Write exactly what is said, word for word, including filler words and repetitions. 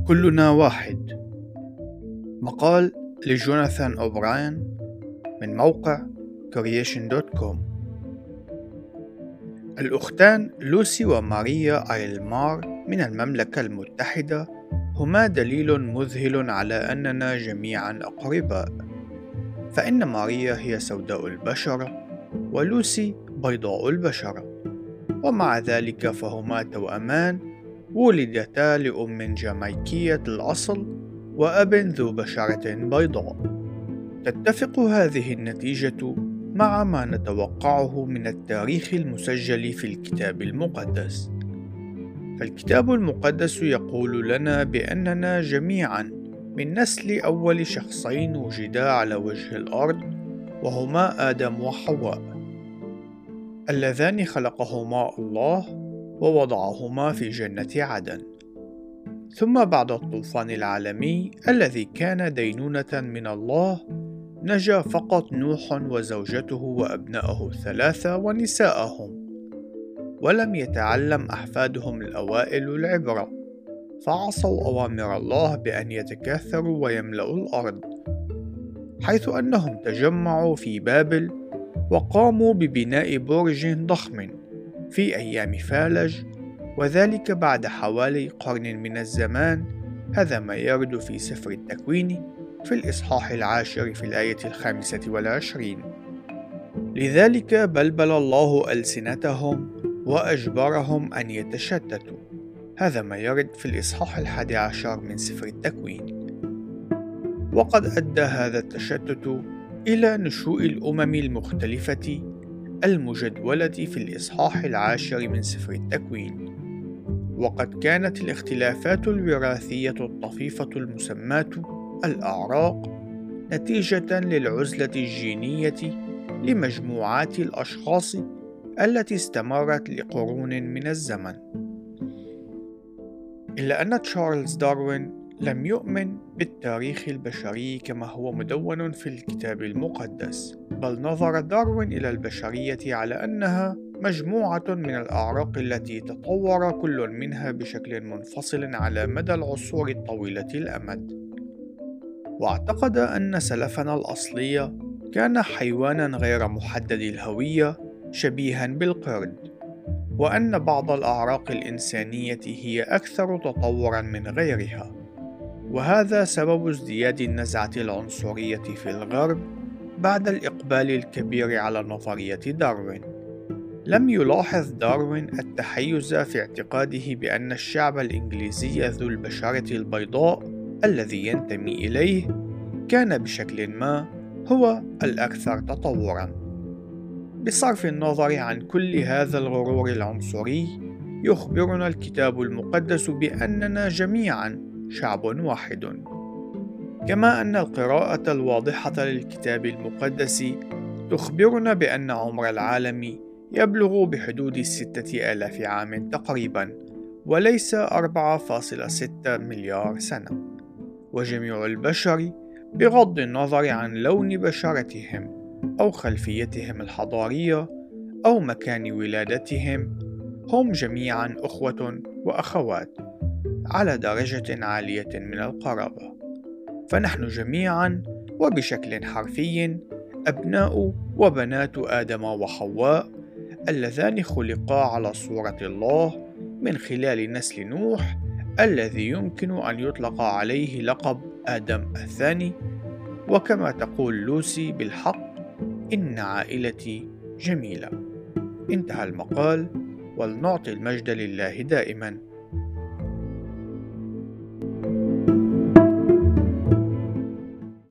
كلنا واحد. مقال لجوناثان أوبراين من موقع كرييشن دوت كوم. الأختان لوسي وماريا أيلمار من المملكة المتحدة هما دليل مذهل على أننا جميعا أقرباء، فإن ماريا هي سوداء البشرة ولوسي بيضاء البشرة، ومع ذلك فهما توأمان ولدتا لأم جامايكية الأصل وأب ذو بشرة بيضاء. تتفق هذه النتيجة مع ما نتوقعه من التاريخ المسجل في الكتاب المقدس، فالكتاب المقدس يقول لنا بأننا جميعا من نسل أول شخصين وجدا على وجه الأرض، وهما آدم وحواء، اللذان خلقهما الله ووضعهما في جنة عدن. ثم بعد الطوفان العالمي الذي كان دينونة من الله، نجا فقط نوح وزوجته وأبنائه الثلاثة ونساءهم، ولم يتعلم أحفادهم الأوائل العبرة، فعصوا أوامر الله بأن يتكاثروا ويملأوا الأرض، حيث أنهم تجمعوا في بابل وقاموا ببناء برج ضخم في أيام فالج، وذلك بعد حوالي قرن من الزمان. هذا ما يرد في سفر التكوين في الإصحاح العاشر في الآية الخامسة والعشرين. لذلك بلبل الله ألسنتهم وأجبرهم أن يتشتتوا. هذا ما يرد في الإصحاح الحادي عشر من سفر التكوين. وقد أدى هذا التشتت إلى نشوء الأمم المختلفة المجدولة في الإصحاح العاشر من سفر التكوين. وقد كانت الاختلافات الوراثية الطفيفة المسماة الأعراق نتيجة للعزلة الجينية لمجموعات الأشخاص التي استمرت لقرون من الزمن. إلا أن تشارلز داروين لم يؤمن بالتاريخ البشري كما هو مدون في الكتاب المقدس، بل نظر داروين إلى البشرية على أنها مجموعة من الأعراق التي تطور كل منها بشكل منفصل على مدى العصور الطويلة الأمد. واعتقد أن سلفنا الأصلي كان حيوانا غير محدد الهوية شبيها بالقرد، وأن بعض الأعراق الإنسانية هي أكثر تطورا من غيرها، وهذا سبب ازدياد النزعة العنصرية في الغرب بعد الإقبال الكبير على نظرية داروين. لم يلاحظ داروين التحيز في اعتقاده بأن الشعب الإنجليزي ذو البشرة البيضاء الذي ينتمي إليه كان بشكل ما هو الأكثر تطورا. بصرف النظر عن كل هذا الغرور العنصري، يخبرنا الكتاب المقدس بأننا جميعا شعب واحد، كما أن القراءة الواضحة للكتاب المقدس تخبرنا بأن عمر العالم يبلغ بحدود ستة آلاف عام تقريبا، وليس أربعة فاصلة ستة مليار سنة، وجميع البشر بغض النظر عن لون بشرتهم أو خلفيتهم الحضارية أو مكان ولادتهم هم جميعا أخوة وأخوات على درجة عالية من القرابة. فنحن جميعا وبشكل حرفي أبناء وبنات آدم وحواء اللذان خلقا على صورة الله من خلال نسل نوح الذي يمكن أن يطلق عليه لقب آدم الثاني. وكما تقول لوسي بالحق: إن عائلتي جميلة. انتهى المقال، ولنعطي المجد لله دائما.